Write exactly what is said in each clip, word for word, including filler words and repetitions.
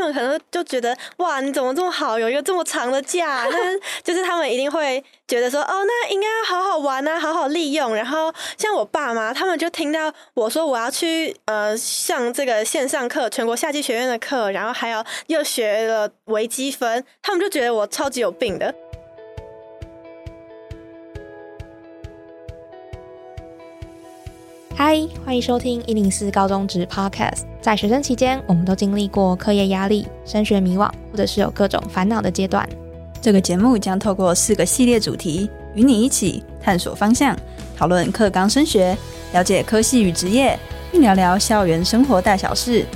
们可能就觉得哇，你怎么这么好，有一个这么长的假，那就是他们一定会觉得说，哦，那应该要好好玩啊，好好利用。然后像我爸妈，他们就听到我说我要去呃上这个线上课，全国夏季学院的课，然后还有又学了微积分，他们就觉得我超级有病的。 嗨，欢迎收听一零四高中职 Podcast。在学生期间，我们都经历过课业压力、升学迷惘，或者是有各种烦恼的阶段。 这个节目将透过四个系列主题，与你一起探索方向，讨论课纲升学，了解科系与职业，并聊聊校园生活大小事。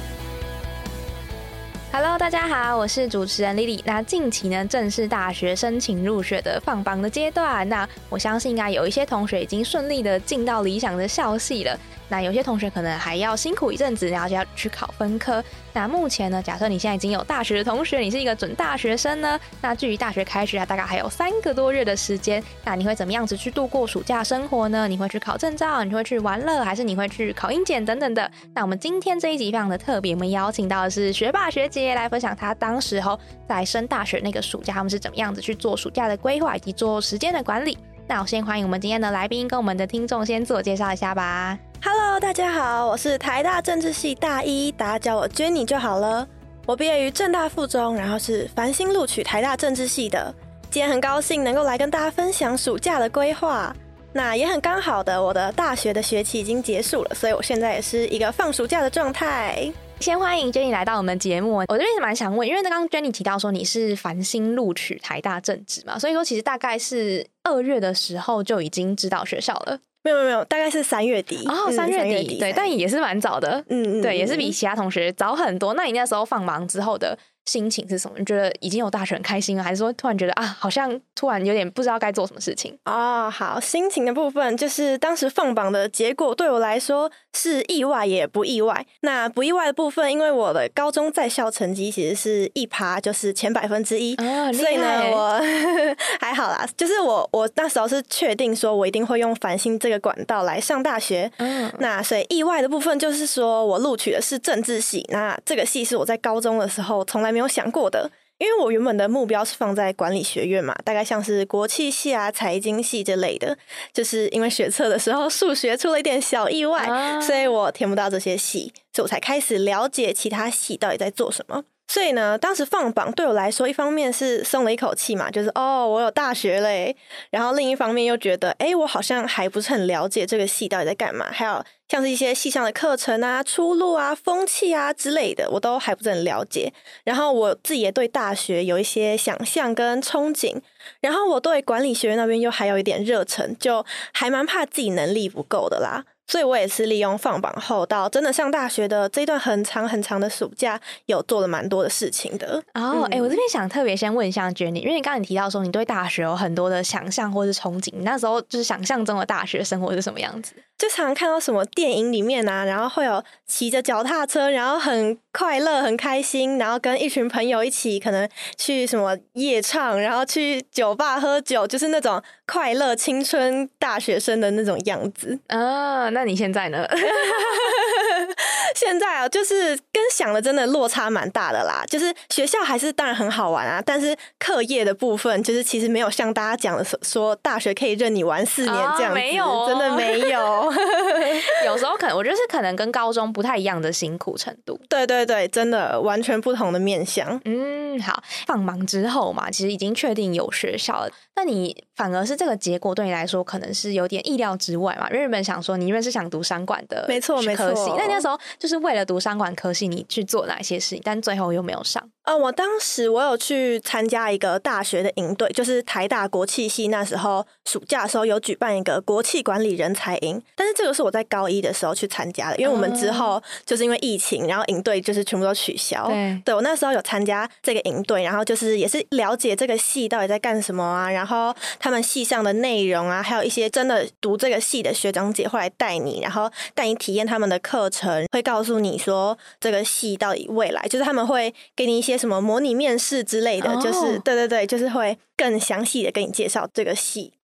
Hello， 大家好，我是主持人 Lily。那近期呢，正是大学申请入学的放榜的阶段。那我相信啊，有一些同学已经顺利的进到理想的校系了。那有些同学可能还要辛苦一阵子，然后就要去考分科。那目前呢，假设你现在已经有大学的同学，你是一个准大学生呢，那距离大学开学啊，大概还有三个多月的时间。那你会怎么样子去度过暑假生活呢？你会去考证照，你会去玩乐，还是你会去考英检等等的？那我们今天这一集非常的特别，我们邀请到的是学霸学姐来分享她当时候在升大学那个暑假，他们是怎么样子去做暑假的规划以及做时间的管理。那我先欢迎我们今天的来宾跟我们的听众先自我介绍一下吧。 Hello， 大家好，我是台大政治系大一，大家叫我 Jenny 就好了。我毕业于政大附中，然后是繁星录取台大政治系的。今天很高兴能够来跟大家分享暑假的规划。那也很刚好的，我的大学的学期已经结束了，所以我现在也是一个放暑假的状态。 先欢迎 Jenny 来到我们节目。我这边是蛮想问，因为刚刚 Jenny 提到说你是繁星录取台大政治嘛，所以说其实大概是二月的时候就已经知道学校了。 没有没有没有，大概是三月底哦，三、嗯、月, 月底，对，但也是蛮早的，嗯嗯，对，也是比其他同学早很多。那你那时候放榜之后的心情是什么？你觉得已经有大学很开心了，还是说突然觉得啊，好像突然有点不知道该做什么事情？ 哦，好，心情的部分就是当时放榜的结果对我来说是意外也不意外。那不意外的部分，因为我的高中在校成绩其实是一趴，就是前百分之一， 哦， 所以呢，我还好啦。就是我我那时候是确定说我一定会用繁星这个管道来上大学。嗯，那所以意外的部分就是说我录取的是政治系，那这个系是我在高中的时候从来没有想过的。因为我原本的目标是放在管理学院嘛，大概像是国企系啊、财经系之类的，就是因为学测的时候数学出了一点小意外，啊，所以我填不到这些系，所以我才开始了解其他系到底在做什么。所以呢，当时放榜对我来说，一方面是松了一口气嘛，就是哦，我有大学嘞，然后另一方面又觉得，哎，我好像还不是很了解这个系到底在干嘛，还有像是一些系上的课程啊、出路啊、风气啊之类的，我都还不是很了解。然后我自己也对大学有一些想象跟憧憬，然后我对管理学院那边又还有一点热忱，就还蛮怕自己能力不够的啦。所以我也是利用放榜后到真的上大学的这一段很长很长的暑假，有做了蛮多的事情的。 哦，哎、嗯欸，我这边想特别先问一下 Jenny， 因为你刚才提到说你对大学有很多的想象或是憧憬，你那时候就是想象中的大学生活是什么样子？ 就常常看到什么电影里面啊，然后会有骑着脚踏车，然后很快乐很开心，然后跟一群朋友一起可能去什么夜唱，然后去酒吧喝酒，就是那种快乐青春大学生的那种样子啊。那你现在呢？ 现在啊，就是跟想的真的落差蛮大的啦。就是学校还是当然很好玩啊，但是课业的部分，就是其实没有像大家讲的说大学可以任你玩四年这样子，哦，没有，哦，真的没有。 有时候可能我觉得是可能跟高中不太一样的辛苦程度。 对对对，真的完全不同的面向。 嗯，好，放榜之后嘛，其实已经确定有学校了，那你反而是这个结果对你来说可能是有点意料之外嘛？因为原本想说你原本是想读商管的， 没错没错。 那那时候就是为了读商管科系，你去做哪些事情，但最后又没有上？ 呃，我当时我有去参加一个大学的营队，就是台大国企系那时候暑假的时候有举办一个国企管理人才营，但是这个是我在高一的时候去参加的，因为我们之后就是因为疫情，然后营队就是全部都取消。对，对我那时候有参加这个营队，然后就是也是了解这个系到底在干什么啊，然后他们系上的内容啊，还有一些真的读这个系的学长姐会来带你，然后带你体验他们的课程，会告诉你说这个系到底未来，就是他们会给你一些什么模拟面试之类的， oh. 就是对对对，就是会更详细的跟你介绍这个系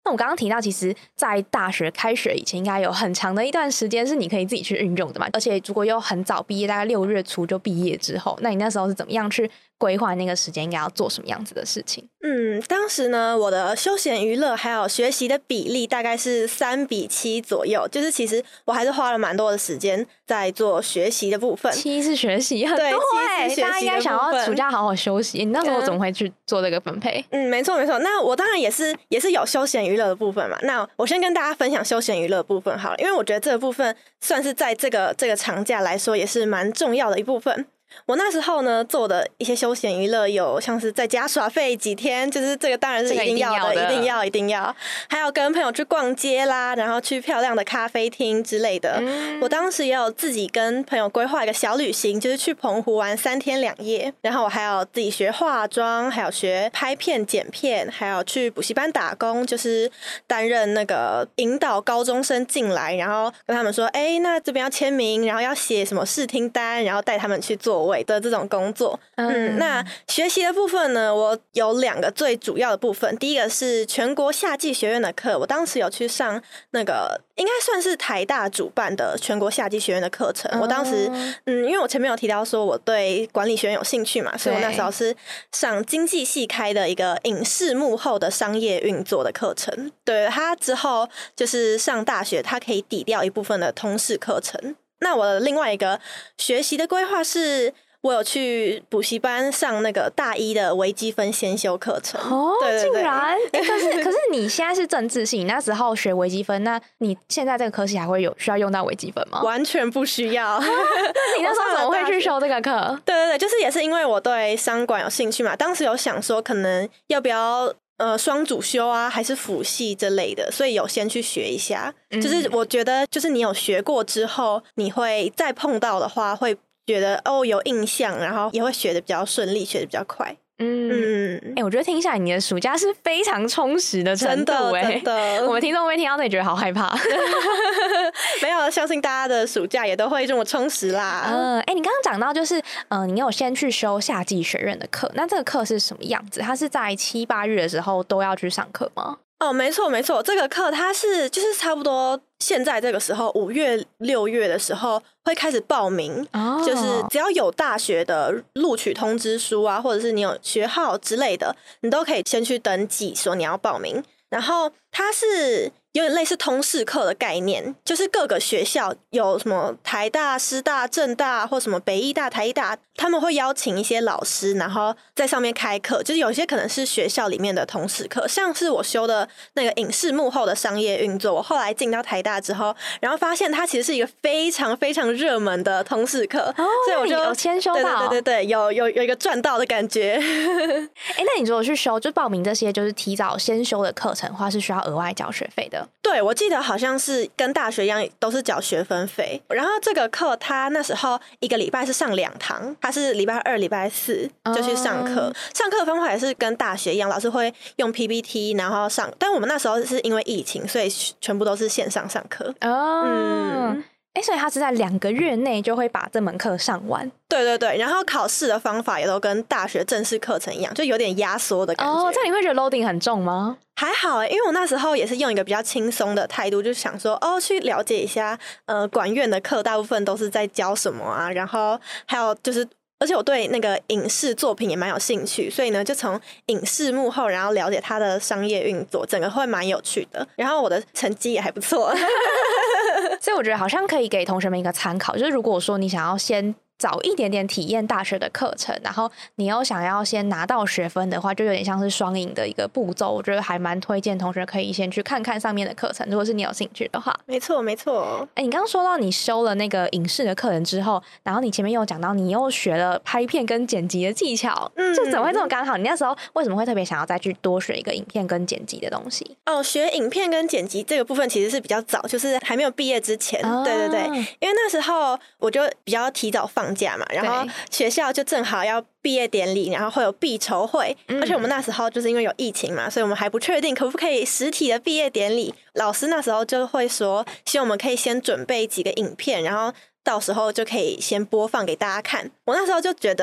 那我刚刚提到，其实在大学开学以前，应该有很长的一段时间是你可以自己去运用的嘛。而且如果又很早毕业，大概六月初就毕业之后，那你那时候是怎么样去规划那个时间应该要做什么样子的事情？ 嗯，当时呢，我的休闲娱乐还有学习的比例大概是三比七左右，就是其实我还是花了蛮多的时间在做学习的部分。 七是学习很多哎、欸，大家应该想要暑假好好休息。你那时候怎么会去做这个分配？ 嗯，没错没错。那我当然也是也是有休闲娱乐的部分嘛。那我先跟大家分享休闲娱乐的部分好了，因为我觉得这个部分算是在这个这个长假来说也是蛮重要的一部分。我那时候呢做的一些休闲娱乐有像是在家耍废几天，就是这个当然是一定要的，这个、一定要一定要，还有跟朋友去逛街啦，然后去漂亮的咖啡厅之类的、嗯、我当时也有自己跟朋友规划一个小旅行，就是去澎湖玩三天两夜，然后我还有自己学化妆，还有学拍片剪片，还有去补习班打工，就是担任那个引导高中生进来，然后跟他们说哎、欸，那这边要签名，然后要写什么试听单，然后带他们去做位的这种工作。 嗯, 嗯，那学习的部分呢，我有两个最主要的部分。第一个是全国夏季学院的课，我当时有去上那个应该算是台大主办的全国夏季学院的课程。我当时嗯，因为我前面有提到说我对管理学院有兴趣嘛，所以我那时候是上经济系开的一个影视幕后的商业运作的课程。对，他之后就是上大学他可以抵掉一部分的通识课程。那我的另外一个学习的规划是我有去补习班上那个大一的微积分先修课程。 哦， 对对对， 竟然、欸、可是可是你现在是政治系，你那时候学微积分，那你现在这个科系还会有需要用到微积分吗？ 完全不需要。 那你那时候怎么会去修这个课？ 对对对，就是也是因为我对商管有兴趣嘛，当时有想说可能要不要呃，双主修啊，还是辅系之类的，所以有先去学一下、嗯。就是我觉得，就是你有学过之后，你会再碰到的话，会觉得哦有印象，然后也会学得比较顺利，学得比较快。 嗯，哎、欸，我觉得听下来你的暑假是非常充实的程度、欸， 真的真的。 我们听众会听到这里觉得好害怕。 没有，相信大家的暑假也都会这么充实啦。 嗯，哎、欸，你刚刚讲到就是，呃，你有先去修夏季学院的课，那这个课是什么样子？它是在七八月的时候都要去上课吗？ 哦，没错没错，这个课它是就是差不多现在这个时候五月六月的时候会开始报名、哦、就是只要有大学的录取通知书啊，或者是你有学号之类的，你都可以先去登记说你要报名。然后它是有点类似通识课的概念，就是各个学校有什么台大、师大、政大或什么北艺大、台艺大，他们会邀请一些老师，然后在上面开课。就是有些可能是学校里面的通识课，像是我修的那个影视幕后的商业运作，我后来进到台大之后，然后发现它其实是一个非常非常热门的通识课、哦、所以我就有先修到， 对对对对，有有有一个赚到的感觉。 哎、欸，那你如果去修，就报名这些就是提早先修的课程的话，是需要额外缴学费的？ 对，我记得好像是跟大学一样都是缴学分费。然后这个课他那时候一个礼拜是上两堂，他是礼拜二礼拜四就去上课、哦、上课的方法也是跟大学一样，老师会用 P P T 然后上，但我们那时候是因为疫情，所以全部都是线上上课。 哦，嗯，哎、欸，所以他是在两个月内就会把这门课上完。 对对对，然后考试的方法也都跟大学正式课程一样，就有点压缩的感觉。 哦，这样你会觉得 loading 很重吗？ 还好、欸，因为我那时候也是用一个比较轻松的态度，就想说哦，去了解一下，呃，管院的课大部分都是在教什么啊，然后还有就是。而且我对那个影视作品也蛮有兴趣，所以呢，就从影视幕后，然后了解它的商业运作，整个会蛮有趣的。然后我的成绩也还不错， 所以我觉得好像可以给同学们一个参考，就是如果说你想要先早一点点体验大学的课程，然后你又想要先拿到学分的话，就有点像是双赢的一个步骤。我觉得还蛮推荐同学可以先去看看上面的课程，如果是你有兴趣的话。 没错没错。 哎、欸，你刚刚说到你修了那个影视的课程之后，然后你前面又讲到你又学了拍片跟剪辑的技巧，嗯，就怎么会这么刚好？你那时候为什么会特别想要再去多学一个影片跟剪辑的东西？ 哦，学影片跟剪辑这个部分其实是比较早，就是还没有毕业之前。哦、对对对，因为那时候我就比较提早放假嘛，然后学校就正好要毕业典礼，然后会有毕筹会、嗯、而且我们那时候就是因为有疫情嘛，所以我们还不确定可不可以实体的毕业典礼。老师那时候就会说希望我们可以先准备几个影片，然后到时候就可以先播放给大家看。我那时候就觉得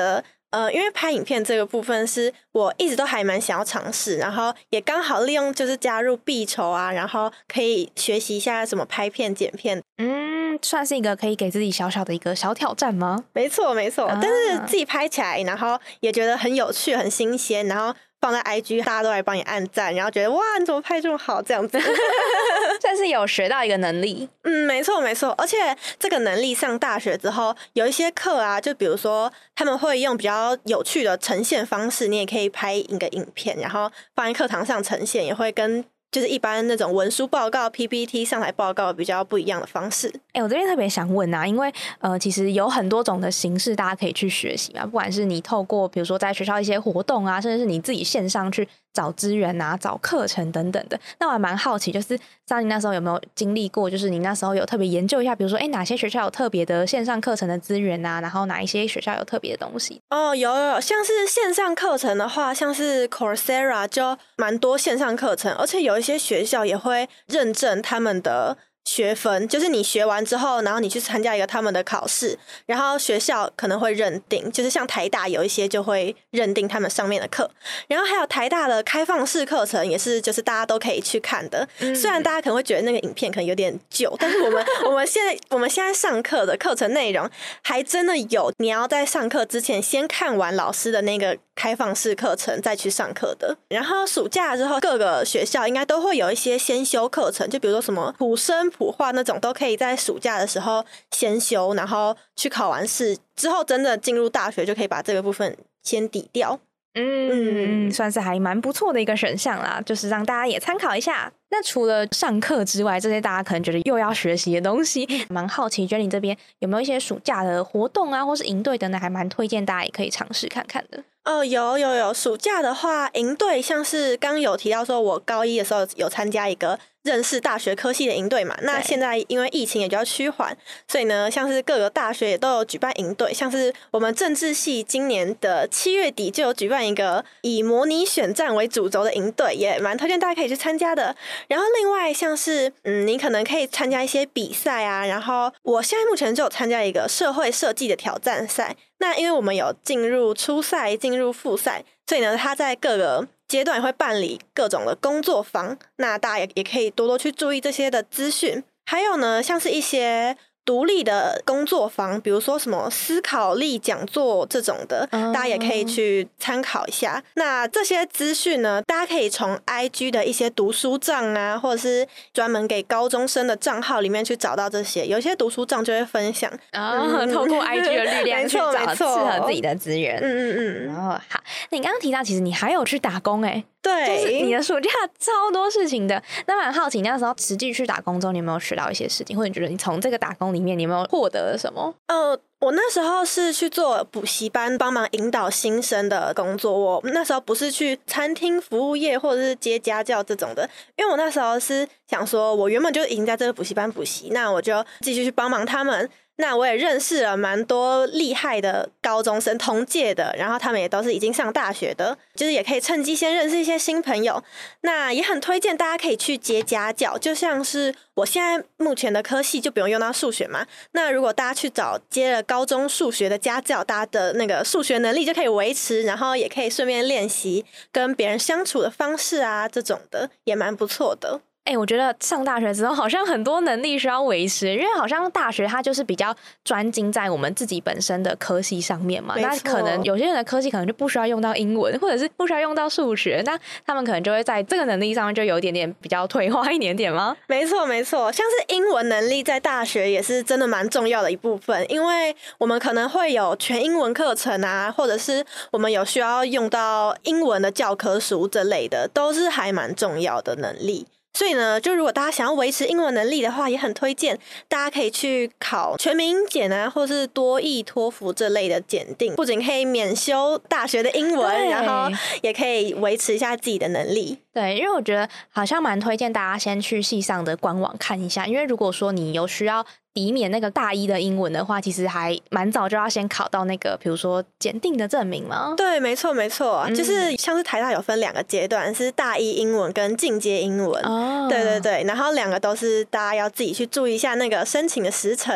呃，因为拍影片这个部分是我一直都还蛮想要尝试，然后也刚好利用就是加入必筹啊，然后可以学习一下怎么拍片剪片。 嗯，算是一个可以给自己小小的一个小挑战吗？ 没错没错、啊、但是自己拍起来，然后也觉得很有趣很新鲜，然后放在 I G 大家都来帮你按赞，然后觉得哇你怎么拍这么好这样子算是有学到一个能力。 嗯，没错没错，而且这个能力上大学之后有一些课啊，就比如说他们会用比较有趣的呈现方式，你也可以拍一个影片，然后放在课堂上呈现，也会跟就是一般那种文书报告 P P T 上台报告比较不一样的方式。 哎、欸，我这边特别想问啊，因为呃，其实有很多种的形式大家可以去学习嘛，不管是你透过比如说在学校一些活动啊，甚至是你自己线上去找资源啊、找课程等等的。那我还蛮好奇，就是Sunny那时候有没有经历过，就是你那时候有特别研究一下，比如说哎、欸，哪些学校有特别的线上课程的资源啊，然后哪一些学校有特别的东西？ 哦，有有有，像是线上课程的话，像是 Coursera 就蛮多线上课程，而且有一些学校也会认证他们的学分，就是你学完之后，然后你去参加一个他们的考试，然后学校可能会认定，就是像台大有一些就会认定他们上面的课，然后还有台大的开放式课程也是，就是大家都可以去看的。嗯、虽然大家可能会觉得那个影片可能有点旧，但是我们我们现在我们现在上课的课程内容还真的有，你要在上课之前先看完老师的那个开放式课程再去上课的。然后暑假之后各个学校应该都会有一些先修课程，就比如说什么普生普化那种都可以在暑假的时候先修，然后去考完试之后真的进入大学就可以把这个部分先抵掉。 嗯嗯，算是还蛮不错的一个选项啦，就是让大家也参考一下。那除了上课之外，这些大家可能觉得又要学习的东西，蛮好奇 Jenny 这边有没有一些暑假的活动啊，或是营队等等，还蛮推荐大家也可以尝试看看的。 哦，有有有，暑假的话，营队像是刚有提到说，我高一的时候有参加一个认识大学科系的营队嘛。那现在因为疫情也比较趋缓，所以呢，像是各个大学也都有举办营队，像是我们政治系今年的七月底就有举办一个以模拟选战为主轴的营队，也蛮推荐大家可以去参加的。然后另外像是嗯，你可能可以参加一些比赛啊，然后我现在目前就有参加一个社会设计的挑战赛。那因为我们有进入初赛、进入复赛，所以呢，他在各个阶段也会办理各种的工作坊，那大家也也可以多多去注意这些的资讯。还有呢，像是一些独立的工作坊，比如说什么思考力讲座这种的，大家也可以去参考一下。那这些资讯呢，大家可以从 I G 的一些读书账啊，或者是专门给高中生的账号里面去找到这些。有些读书账就会分享， 哦，嗯、透过 I G 的力量去找适合自己的资源。 嗯嗯嗯。 然后好，那你刚刚提到，其实你还有去打工哎、欸。 对， 就是你的暑假超多事情的。那蛮好奇，那时候实际去打工中，你有没有学到一些事情，或者你觉得你从这个打工里面，你有没有获得了什么？ 呃，我那时候是去做补习班，帮忙引导新生的工作。我那时候不是去餐厅服务业或者是接家教这种的，因为我那时候是想说，我原本就已经在这个补习班补习，那我就继续去帮忙他们。那我也认识了蛮多厉害的高中生，同届的，然后他们也都是已经上大学的，就是也可以趁机先认识一些新朋友。那也很推荐大家可以去接家教，就像是我现在目前的科系就不用用到数学嘛，那如果大家去找接了高中数学的家教，大家的那个数学能力就可以维持，然后也可以顺便练习跟别人相处的方式啊，这种的也蛮不错的。 哎、欸，我觉得上大学之后好像很多能力需要维持，因为好像大学它就是比较专精在我们自己本身的科系上面嘛。那可能有些人的科系可能就不需要用到英文，或者是不需要用到数学，那他们可能就会在这个能力上面就有一点点比较退化一点点吗？ 没错没错，像是英文能力在大学也是真的蛮重要的一部分，因为我们可能会有全英文课程啊，或者是我们有需要用到英文的教科书这类的，都是还蛮重要的能力。所以呢，就如果大家想要维持英文能力的话，也很推荐大家可以去考全民英检啊，或是多益、托福这类的检定，不仅可以免修大学的英文，然后也可以维持一下自己的能力。 对，因为我觉得好像蛮推荐大家先去系上的官网看一下，因为如果说你有需要抵免那个大一的英文的话，其实还蛮早就要先考到那个比如说检定的证明嘛。 对，没错没错、嗯、就是像是台大有分两个阶段，是大一英文跟进阶英文、哦、对对对，然后两个都是大家要自己去注意一下那个申请的时程。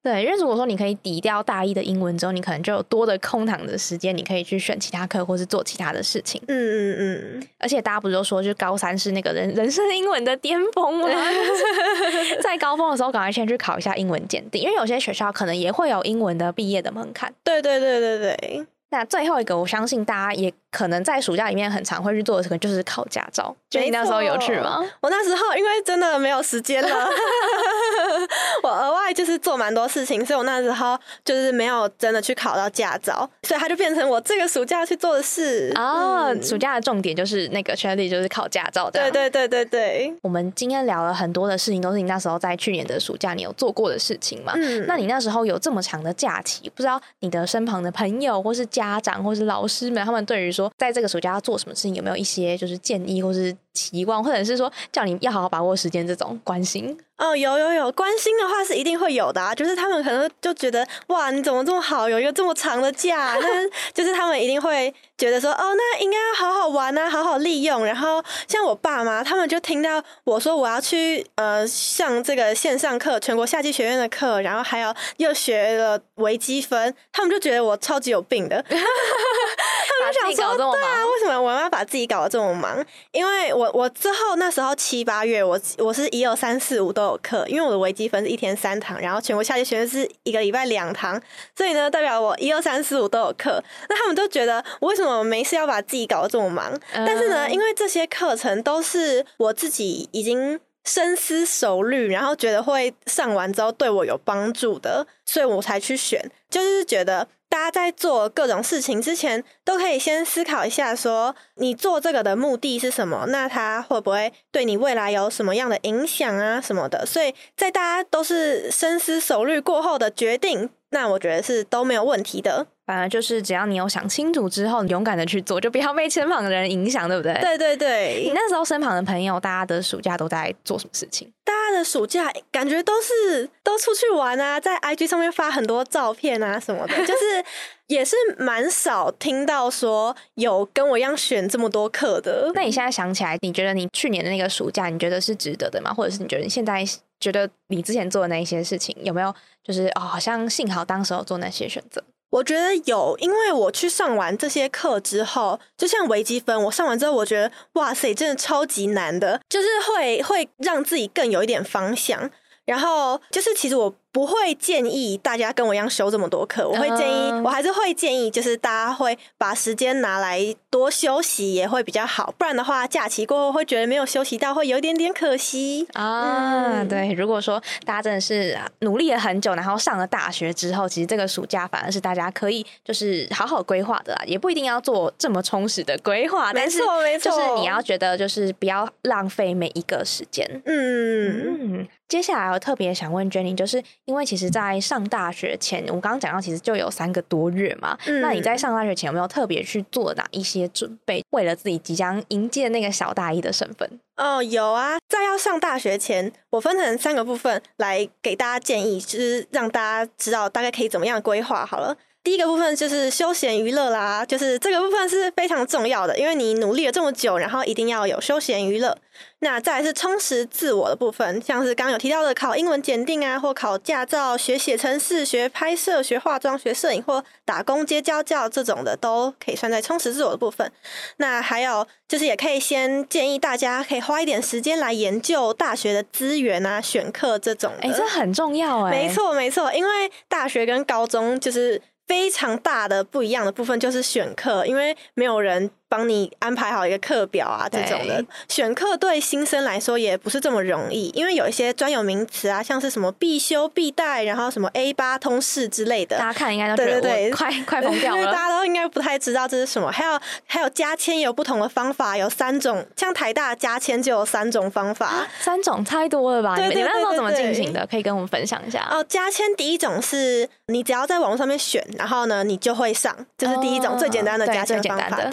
对，因为如果说你可以抵掉大一的英文之后，你可能就有多的空堂的时间，你可以去选其他课或是做其他的事情。 嗯嗯嗯。 而且大家不是都说，就是高三是那个人人生英文的巅峰吗？在高峰的时候，赶快先去考一下英文检定，因为有些学校可能也会有英文的毕业的门槛。 对对对对对。 那最后一个，我相信大家也可能在暑假里面很常会去做的，可能就是考驾照。就你那时候有去吗？ 我那时候因为真的没有时间了，我额外就是做蛮多事情，所以我那时候就是没有真的去考到驾照，所以它就变成我这个暑假去做的事。 哦，嗯、暑假的重点就是那个 Shelly 就是考驾照的。 对对对对对。 我们今天聊了很多的事情，都是你那时候在去年的暑假你有做过的事情嘛？嗯。那你那时候有这么长的假期，不知道你的身旁的朋友或是家长或是老师们，他们对于说在这个暑假要做什么事情，有没有一些就是建议或是期望，或者是说叫你要好好把握时间这种关心？ 哦，有有有，关心的话是一定会有的啊，就是他们可能就觉得哇，你怎么这么好，有一个这么长的假，那就是他们一定会觉得说，哦，那应该要好好玩啊，好好利用。然后像我爸妈，他们就听到我说我要去呃上这个线上课，全国夏季学院的课，然后还有又学了微积分，他们就觉得我超级有病的。他们就想说，对啊，为什么我要把自己搞得这么忙？因为我我之后那时候七八月，我我是一二三四五都有课，因为我的微积分是一天三堂，然后全国夏季学院是一个礼拜两堂，所以呢，代表我一二三四五都有课。那他们都觉得我为什么没事要把自己搞得这么忙？嗯、但是呢，因为这些课程都是我自己已经深思熟虑，然后觉得会上完之后对我有帮助的，所以我才去选。就是觉得大家在做各种事情之前，都可以先思考一下说你做这个的目的是什么，那它会不会对你未来有什么样的影响啊什么的。所以在大家都是深思熟虑过后的决定，那我觉得是都没有问题的。 反而就是只要你有想清楚之后，你勇敢的去做，就不要被身旁的人影响，对不对？ 对对对。 你那时候身旁的朋友，大家的暑假都在做什么事情？ 大家的暑假感觉都是都出去玩啊，在 I G 上面发很多照片啊什么的，就是也是蛮少听到说有跟我一样选这么多课的。 那你现在想起来，你觉得你去年的那个暑假，你觉得是值得的吗？或者是你觉得你现在觉得你之前做的那一些事情，有没有就是哦，好像幸好当时有做那些选择？ 我觉得有，因为我去上完这些课之后，就像微积分，我上完之后，我觉得哇塞，真的超级难的，就是会会让自己更有一点方向。然后就是其实我不会建议大家跟我一样修这么多课，我会建议，我还是会建议，就是大家会把时间拿来多休息也会比较好，不然的话，假期过后会觉得没有休息到，会有一点点可惜啊。嗯、对，如果说大家真的是努力了很久，然后上了大学之后，其实这个暑假反而是大家可以就是好好规划的啦，也不一定要做这么充实的规划， 没错没错， 就是你要觉得就是不要浪费每一个时间。嗯嗯。接下来我特别想问 Jenny， 就是因为其实在上大学前，我刚刚讲到其实就有三个多月嘛、嗯、那你在上大学前有没有特别去做哪一些准备，为了自己即将迎接那个小大一的身份？ 哦，有啊，在要上大学前，我分成三个部分来给大家建议，就是让大家知道大概可以怎么样规划好了。第一个部分就是休闲娱乐啦，就是这个部分是非常重要的，因为你努力了这么久，然后一定要有休闲娱乐。那再来是充实自我的部分，像是刚刚有提到的考英文检定啊，或考驾照、学写程式、学拍摄、学化妆、学摄影或打工接家教这种的，都可以算在充实自我的部分。那还有就是也可以先建议大家可以花一点时间来研究大学的资源啊、选课这种的。 哎、欸，这很重要哎、 欸。没错没错，因为大学跟高中就是非常大的不一样的部分就是选课，因为没有人帮你安排好一个课表啊，这种的选课对新生来说也不是这么容易，因为有一些专有名词啊，像是什么必修必带，然后什么 A 八 通识之类的， 大家看应该都觉得我快快疯掉了， 大家都应该不太知道这是什么。还有还有加签也有不同的方法，有三种，像台大加签就有三种方法， 啊、三种太多了吧？ 对对对对对， 你们那时候怎么进行的？可以跟我们分享一下。 哦，加签第一种是你只要在网络上面选，然后呢你就会上，这、就是第一种、哦、最简单的加签方法。对对对。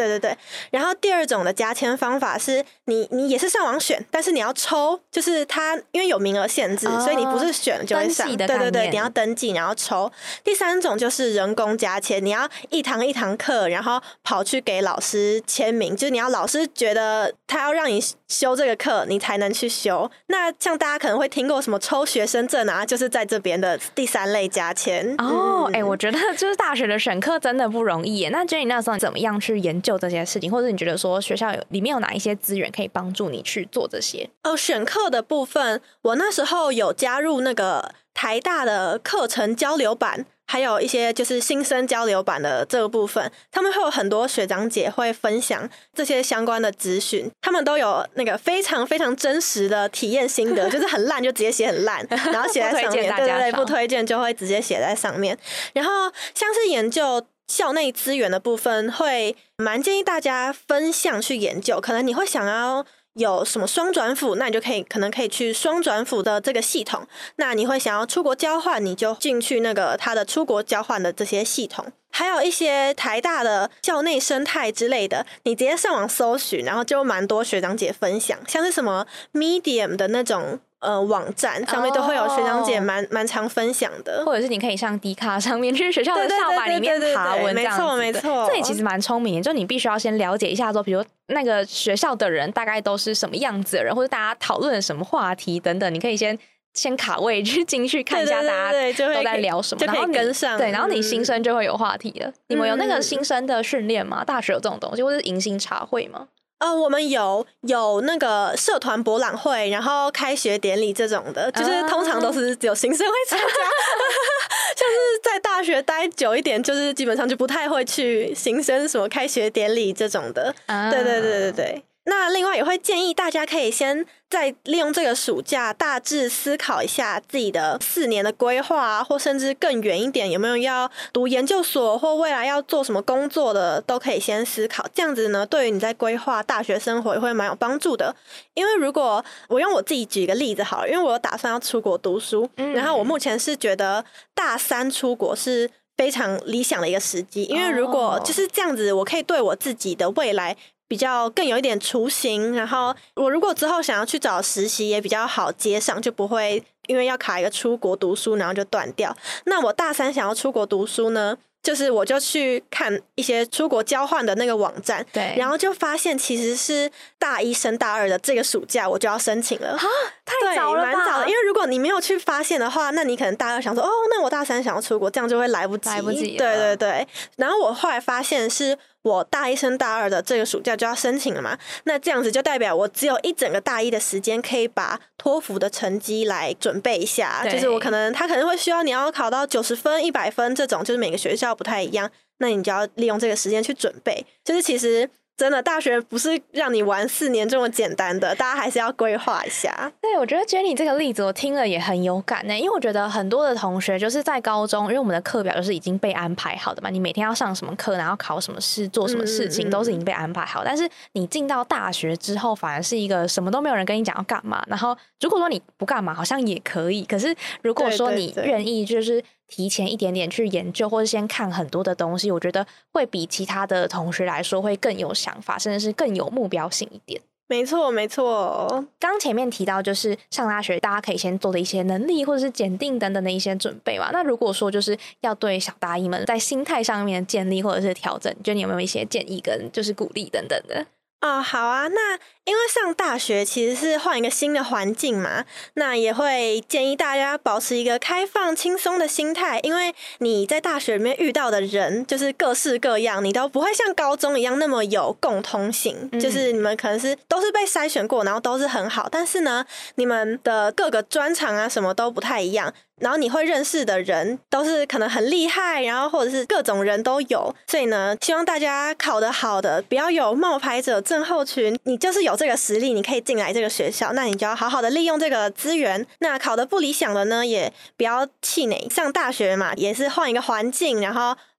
然后第二种的加签方法是你你也是上网选，但是你要抽，就是它因为有名额限制，哦、所以你不是选就会上， 对对对对，你要登记，然后抽。第三种就是人工加签，你要一堂一堂课，然后跑去给老师签名，就是你要老师觉得他要让你修这个课，你才能去修。那像大家可能会听过什么抽学生证啊，就是在这边的第三类加签。 哦，哎、嗯欸，我觉得就是大学的选课真的不容易耶。那 Jenny 那时候你怎么样去研究这些事情，或者你觉得说学校有里面有哪一些资源可以帮助你去做这些？ 哦，选课的部分，我那时候有加入那个台大的课程交流版，还有一些就是新生交流版的这个部分，他们会有很多学长姐会分享这些相关的资讯，他们都有那个非常非常真实的体验心得，就是很烂就直接写很烂，然后写在上面，对对对，不推荐就会直接写在上面。然后像是研究校内资源的部分，会蛮建议大家分项去研究，可能你会想要有什么双转辅，那你就可以可能可以去双转辅的这个系统。那你会想要出国交换，你就进去那个他的出国交换的这些系统。还有一些台大的校内生态之类的，你直接上网搜寻，然后就蛮多学长姐分享，像是什么 Medium 的那种呃网站上面都会有学长姐蛮蛮常分享的， 或者是你可以上 D 卡上面去学校的校版里面爬文这样子。 没错没错， 这也其实蛮聪明的，就你必须要先了解一下说，比如那个学校的人大概都是什么样子的人，或者大家讨论什么话题等等，你可以先先卡位去进去看一下大家都在聊什么， 就可以跟上。 对，然后你新生就会有话题了。嗯、你们有那个新生的训练吗？大学有这种东西，或者是迎新茶会吗？ 呃，我们有有那个社团博览会，然后开学典礼这种的，就是通常都是只有新生会参加。就是在大学待久一点，就是基本上就不太会去新生什么开学典礼这种的。啊、对对对对对。那另外也会建议大家可以先在利用这个暑假大致思考一下自己的四年的规划啊，或甚至更远一点有没有要读研究所或未来要做什么工作的，都可以先思考。这样子呢，对于你在规划大学生活也会蛮有帮助的。因为如果我用我自己举一个例子好了，因为我有打算要出国读书，嗯、然后我目前是觉得大三出国是非常理想的一个时机，因为如果就是这样子，我可以对我自己的未来比较更有一点雏形，然后我如果之后想要去找实习也比较好接上，就不会因为要卡一个出国读书然后就断掉。那我大三想要出国读书呢，就是我就去看一些出国交换的那个网站，对，然后就发现其实是大一升大二的这个暑假我就要申请了啊， 太早了吧？ 蛮早的，因为如果你没有去发现的话，那你可能大二想说哦，那我大三想要出国，这样就会来不及， 来不及。 对对对。然后我后来发现是我大一升大二的这个暑假就要申请了嘛，那这样子就代表我只有一整个大一的时间可以把托福的成绩来准备一下，就是我可能他可能会需要你要考到九十分、一百分这种，就是每个学校不太一样，那你就要利用这个时间去准备。就是其实真的大学不是让你玩四年这么简单的，大家还是要规划一下。 对，我觉得 Jenny 这个例子我听了也很有感呢，因为我觉得很多的同学就是在高中，因为我们的课表就是已经被安排好的嘛，你每天要上什么课，然后考什么试，做什么事情都是已经被安排好。嗯、但是你进到大学之后，反而是一个什么都没有人跟你讲要干嘛。然后如果说你不干嘛，好像也可以。可是如果说你愿意，就是提前一点点去研究，或者先看很多的东西，我觉得会比其他的同学来说会更有想法，甚至是更有目标性一点。 没错没错， 刚前面提到就是上大学大家可以先做的一些能力或者是检定等等的一些准备嘛。那如果说就是要对小大一们在心态上面建立或者是调整，你觉得你有没有一些建议跟就是鼓励等等的？ 哦，好啊，那因为上大学其实是换一个新的环境嘛，那也会建议大家保持一个开放轻松的心态，因为你在大学里面遇到的人就是各式各样，你都不会像高中一样那么有共通性，嗯、就是你们可能是都是被筛选过，然后都是很好，但是呢，你们的各个专长啊什么都不太一样，然后你会认识的人都是可能很厉害，然后或者是各种人都有，所以呢，希望大家考得好的不要有冒牌者症候群，你就是有这个实力，你可以进来这个学校，那你就要好好的利用这个资源。那考得不理想的呢，也不要气馁，上大学嘛，也是换一个环境，然后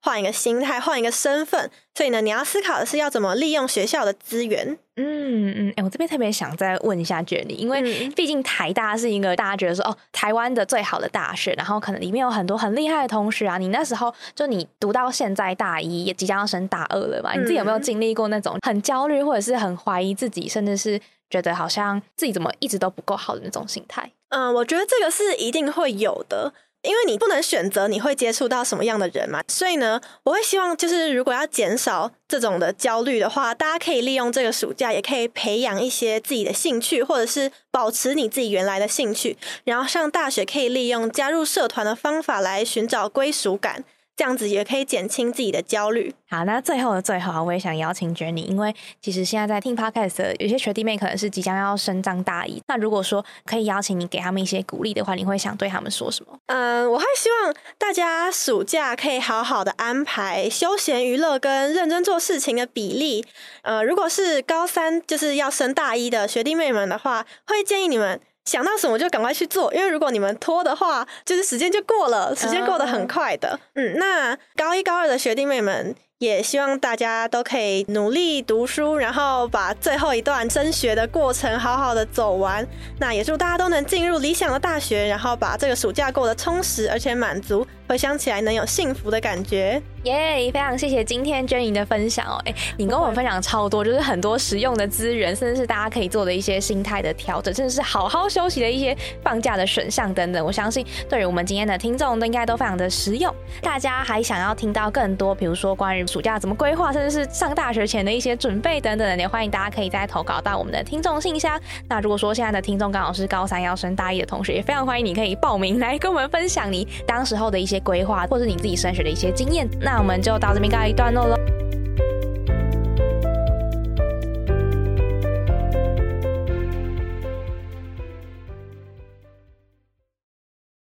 换一个心态，换一个身份，所以呢，你要思考的是要怎么利用学校的资源。 嗯嗯，哎、欸，我这边特别想再问一下Jenny，因为毕竟台大是一个大家觉得说哦，台湾的最好的大学，然后可能里面有很多很厉害的同学啊。你那时候就你读到现在大一，也即将要升大二了嘛，你自己有没有经历过那种很焦虑，或者是很怀疑自己，甚至是觉得好像自己怎么一直都不够好的那种心态？ 嗯，我觉得这个是一定会有的。因为你不能选择你会接触到什么样的人嘛，所以呢，我会希望就是如果要减少这种的焦虑的话，大家可以利用这个暑假，也可以培养一些自己的兴趣，或者是保持你自己原来的兴趣，然后上大学可以利用加入社团的方法来寻找归属感，这样子也可以减轻自己的焦虑。 好，那最后的最后，我也想邀请 Jenny， 因为其实现在在听 Podcast 的有些学弟妹可能是即将要升上大一，那如果说可以邀请你给他们一些鼓励的话，你会想对他们说什么？ 嗯，我会希望大家暑假可以好好的安排休闲娱乐跟认真做事情的比例。呃，如果是高三就是要升大一的学弟妹们的话，会建议你们想到什么就赶快去做，因为如果你们拖的话，就是时间就过了，时间过得很快的。嗯，那高一高二的学弟妹们也希望大家都可以努力读书，然后把最后一段升学的过程好好的走完。那也祝大家都能进入理想的大学，然后把这个暑假过得充实而且满足，回想起来能有幸福的感觉。 耶、yeah, 非常谢谢今天 Jenny 的分享哦，哎，你跟我们分享超多，就是很多实用的资源，甚至是大家可以做的一些心态的调整，甚至是好好休息的一些放假的选项等等。我相信对于我们今天的听众都应该都非常的实用。大家还想要听到更多，比如说关于暑假怎么规划，甚至是上大学前的一些准备等等的，也欢迎大家可以再投稿到我们的听众信箱。那如果说现在的听众刚好是高三要升大一的同学，也非常欢迎你可以报名来跟我们分享你当时候的一些规划，或是你自己升学的一些经验。那我们就到这边告一段落咯。